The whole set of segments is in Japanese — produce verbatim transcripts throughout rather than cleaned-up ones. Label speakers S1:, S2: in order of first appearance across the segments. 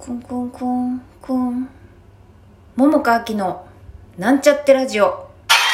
S1: コンコンコンコン桃佳明のなんちゃってラジオ。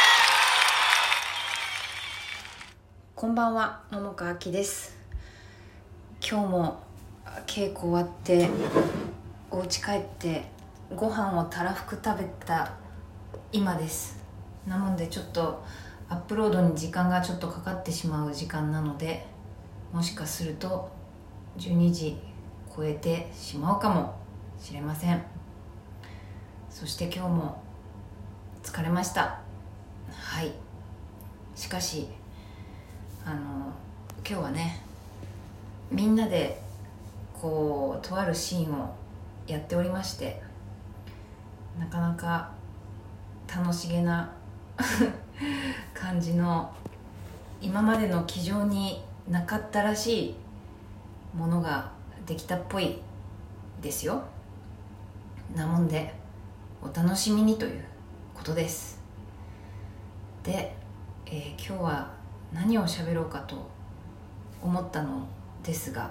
S1: こんばんは、桃佳明です。今日も稽古終わってお家帰ってご飯をたらふく食べた今です。なのでちょっとアップロードに時間がちょっとかかってしまう時間なので、もしかするとじゅうにじ超えてしまうかもしれません。そして今日も疲れました。はい。しかしあの今日はね、みんなでこうとあるシーンをやっておりまして、なかなか楽しげな感じの、今までの机上になかったらしいものができたっぽいですよ。なもんでお楽しみにということです。で、えー、今日は何を喋ろうかと思ったのですが、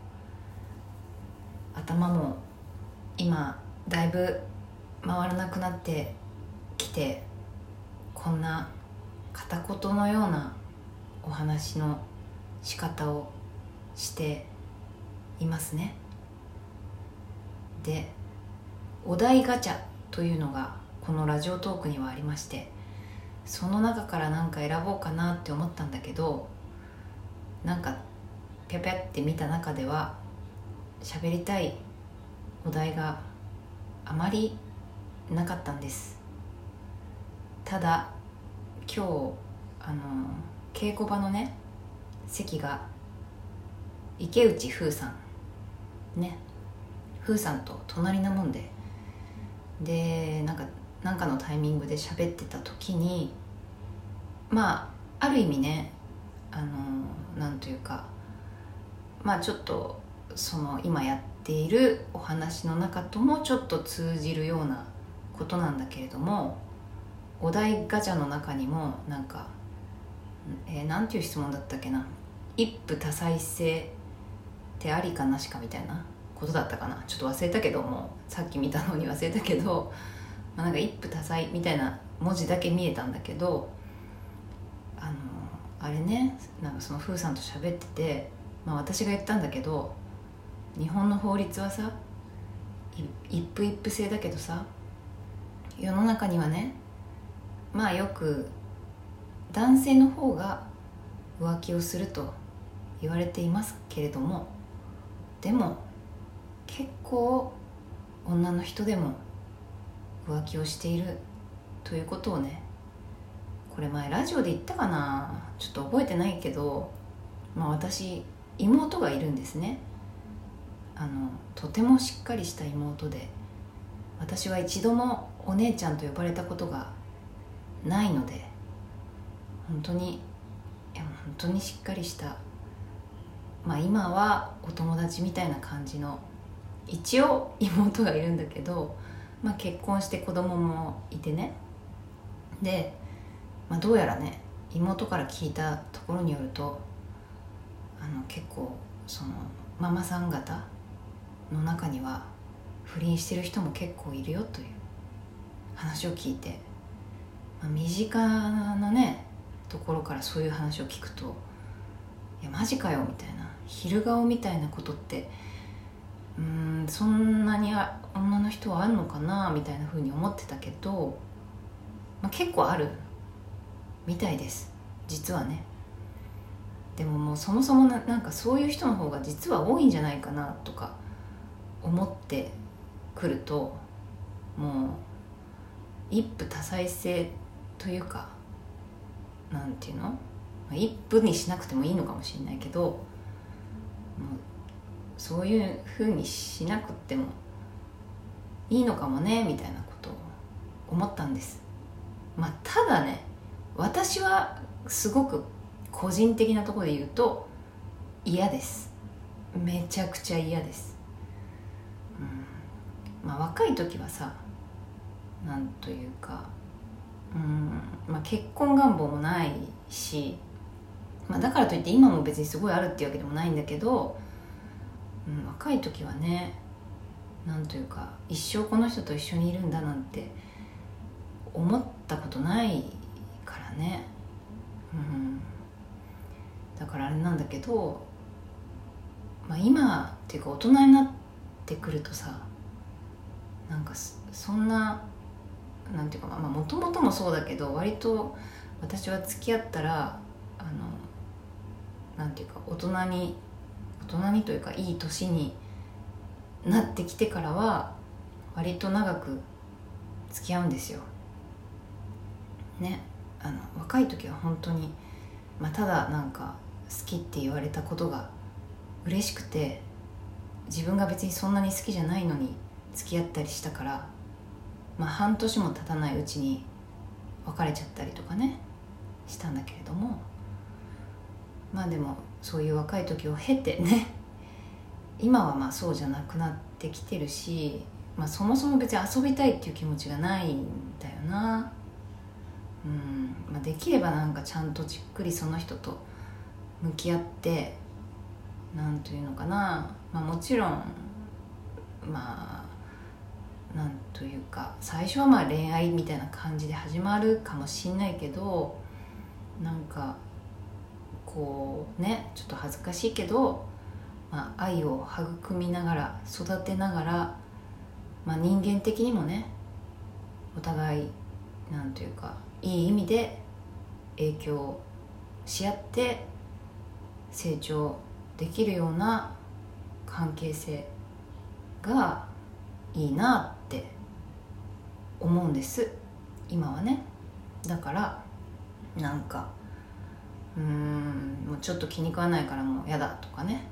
S1: 頭も今だいぶ回らなくなってきて、こんな片言のようなお話の仕方をしていますね。で、お題ガチャというのがこのラジオトークにはありまして、その中から何か選ぼうかなって思ったんだけど、なんかぴゃぴゃって見た中では喋りたいお題があまりなかったんです。ただ今日あの稽古場のね席が池内風さんね、風さんと隣なもんで、でなんかなんかのタイミングで喋ってた時に、まあある意味ね、あのなんというか、まあちょっとその今やっているお話の中ともちょっと通じるようなことなんだけれども、お題ガチャの中にもなんか、えー、なんていう質問だったっけな、一夫多妻制ってありかなしかみたいなことだったかな、ちょっと忘れたけども、さっき見たのに忘れたけど、まあ、なんか一夫多妻みたいな文字だけ見えたんだけど、あのあれね、なんかその風さんと喋ってて、まあ、私が言ったんだけど、日本の法律はさ一夫一夫制だけどさ、世の中にはね、まあよく男性の方が浮気をすると言われていますけれども、でも結構女の人でも浮気をしているということをね、これ前ラジオで言ったかな、ちょっと覚えてないけど、まあ私妹がいるんですね。あのとてもしっかりした妹で、私は一度もお姉ちゃんと呼ばれたことがないので、本当にいや本当にしっかりした、まあ今はお友達みたいな感じの一応妹がいるんだけど、まあ、結婚して子供もいてね。で、まあ、どうやらね、妹から聞いたところによると、あの結構そのママさん方の中には不倫してる人も結構いるよという話を聞いて、まあ、身近なねところからそういう話を聞くと、いやマジかよみたいな、昼顔みたいなことってうーんそんなにあ女の人はあるのかなみたいな風に思ってたけど、まあ、結構あるみたいです実はね。でももうそもそも な, なんかそういう人の方が実は多いんじゃないかなとか思ってくると、もう一夫多妻制というか、なんていうの、まあ、一夫にしなくてもいいのかもしれないけど、もうそういう風にしなくてもいいのかもねみたいなことを思ったんです。まあただね、私はすごく個人的なところで言うと嫌です。めちゃくちゃ嫌です、うん、まあ若い時はさ、なんというか、うん、まあ、結婚願望もないし、まあ、だからといって今も別にすごいあるっていうわけでもないんだけど、うん、若い時はね、 なんというか一生この人と一緒にいるんだなんて思ったことないからね、うん、だからあれなんだけど、まあ、今っていうか大人になってくるとさ、なんかそんななんていうか、まあもともともそうだけど、割と私は付き合ったらあのなんていうか大人に大人にというかいい年になってきてからは割と長く付き合うんですよね。あの若い時は本当に、まあ、ただなんか好きって言われたことが嬉しくて、自分が別にそんなに好きじゃないのに付き合ったりしたから、まあ、半年も経たないうちに別れちゃったりとかねしたんだけれども、まあでもそういう若い時を経てね、今はまあそうじゃなくなってきてるし、まあ、そもそも別に遊びたいっていう気持ちがないんだよな。うん、まあ、できればなんかちゃんとじっくりその人と向き合って、なんというのかな、まあ、もちろんまあなんというか最初はまあ恋愛みたいな感じで始まるかもしんないけど、なんかこうねちょっと恥ずかしいけど、まあ、愛を育みながら育てながら、まあ、人間的にもねお互いなんというかいい意味で影響し合って成長できるような関係性がいいなって思うんです今はね。だからなんかうーんもうちょっと気に食わないからもうやだとかね、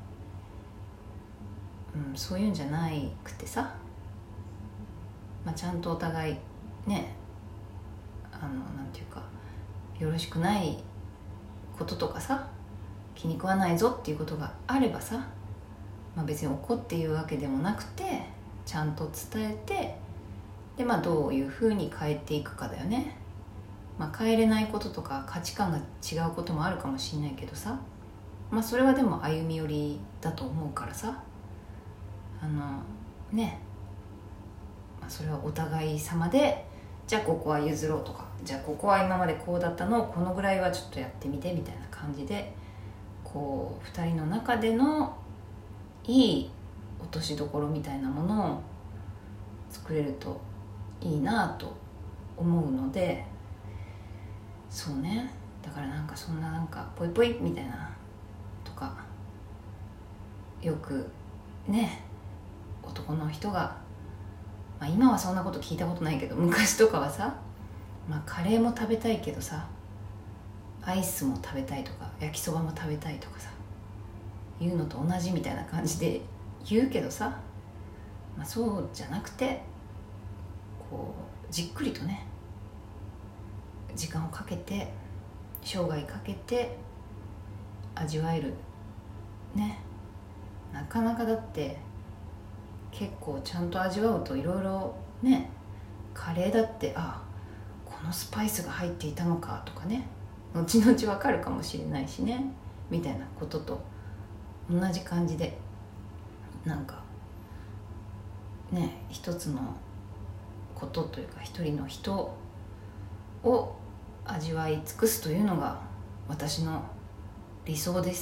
S1: うん、そういうんじゃなくてさ、まあ、ちゃんとお互いねあのなんていうかよろしくないこととかさ、気に食わないぞっていうことがあればさ、まあ、別に怒っていうわけでもなくてちゃんと伝えて、でまあどういうふうに変えていくかだよね。まあ、変えれないこととか価値観が違うこともあるかもしれないけどさ、まあそれはでも歩み寄りだと思うからさ、あのね、まあ、それはお互い様で、じゃあここは譲ろうとか、じゃあここは今までこうだったのをこのぐらいはちょっとやってみてみたいな感じで、こうふたりの中でのいい落としどころみたいなものを作れるといいなと思うので、そうね、だからなんかそんななんかポイポイみたいなとかよくね男の人が、まあ、今はそんなこと聞いたことないけど昔とかはさ、まあ、カレーも食べたいけどさアイスも食べたいとか焼きそばも食べたいとかさ言うのと同じみたいな感じで言うけどさ、まあ、そうじゃなくてこうじっくりとね時間をかけて生涯かけて味わえるね。なかなかだって結構ちゃんと味わうといろいろね、カレーだってあこのスパイスが入っていたのかとかね、後々わかるかもしれないしねみたいなことと同じ感じで、なんかね一つのことというか一人の人を味わい尽くすというのが私の理想です、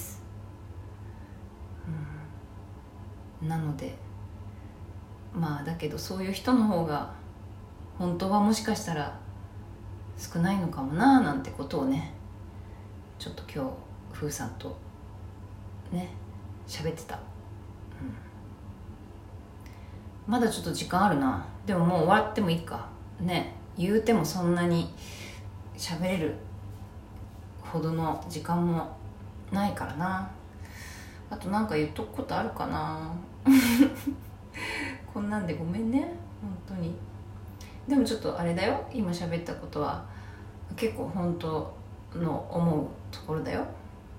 S1: うん、なのでまあだけどそういう人の方が本当はもしかしたら少ないのかもななんてことをねちょっと今日ふーさんとね喋ってた、うん、まだちょっと時間あるな。でももう終わってもいいかね、言うてもそんなに喋れるほどの時間もないからな。あとなんか言っとくことあるかなこんなんでごめんね本当に。でもちょっとあれだよ、今喋ったことは結構本当の思うところだよ、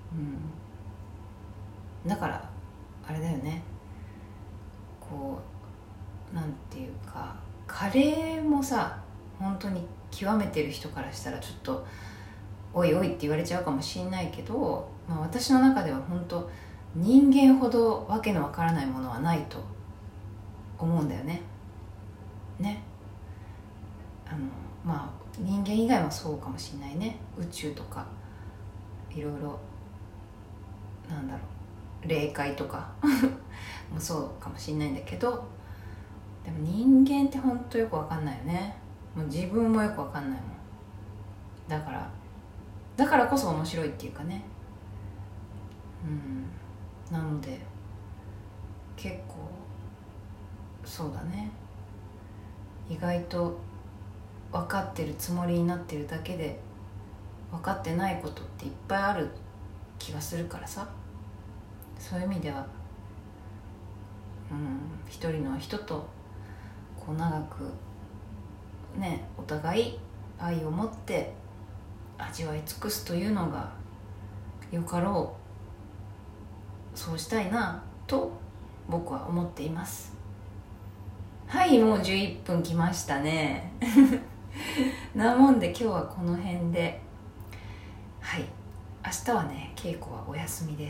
S1: うん、だからあれだよね、こうなんていうかカレーもさ本当に極めてる人からしたらちょっとおいおいって言われちゃうかもしれないけど、まあ、私の中では本当人間ほどわけのわからないものはないと思うんだよね。ね、あのまあ人間以外もそうかもしれないね。宇宙とかいろいろなんだろう霊界とかもそうかもしれないんだけど、でも人間ってほんとよくわかんないよね。もう自分もよくわかんないもん。だからだからこそ面白いっていうかね。うんなので結構そうだね、意外と分かってるつもりになってるだけで分かってないことっていっぱいある気がするからさ、そういう意味ではうん一人の人とこう長くねお互い愛を持って味わい尽くすというのがよかろう、そうしたいなと僕は思っています。はい、もうじゅういっぷん来ましたねなもんで今日はこの辺で、はい、明日はね稽古はお休みです。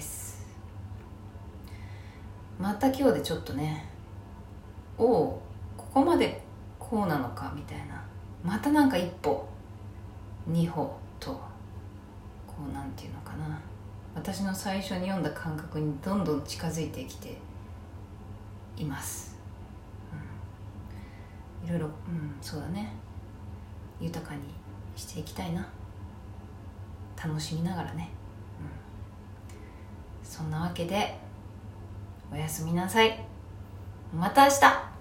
S1: また今日でちょっとね、おおここまでこうなのかみたいな、またなんか一歩二歩とこうなんていうのかな、私の最初に読んだ感覚にどんどん近づいてきています。いろいろ、うん、そうだね、豊かにしていきたいな、楽しみながらね、うん、そんなわけでおやすみなさい。また明日。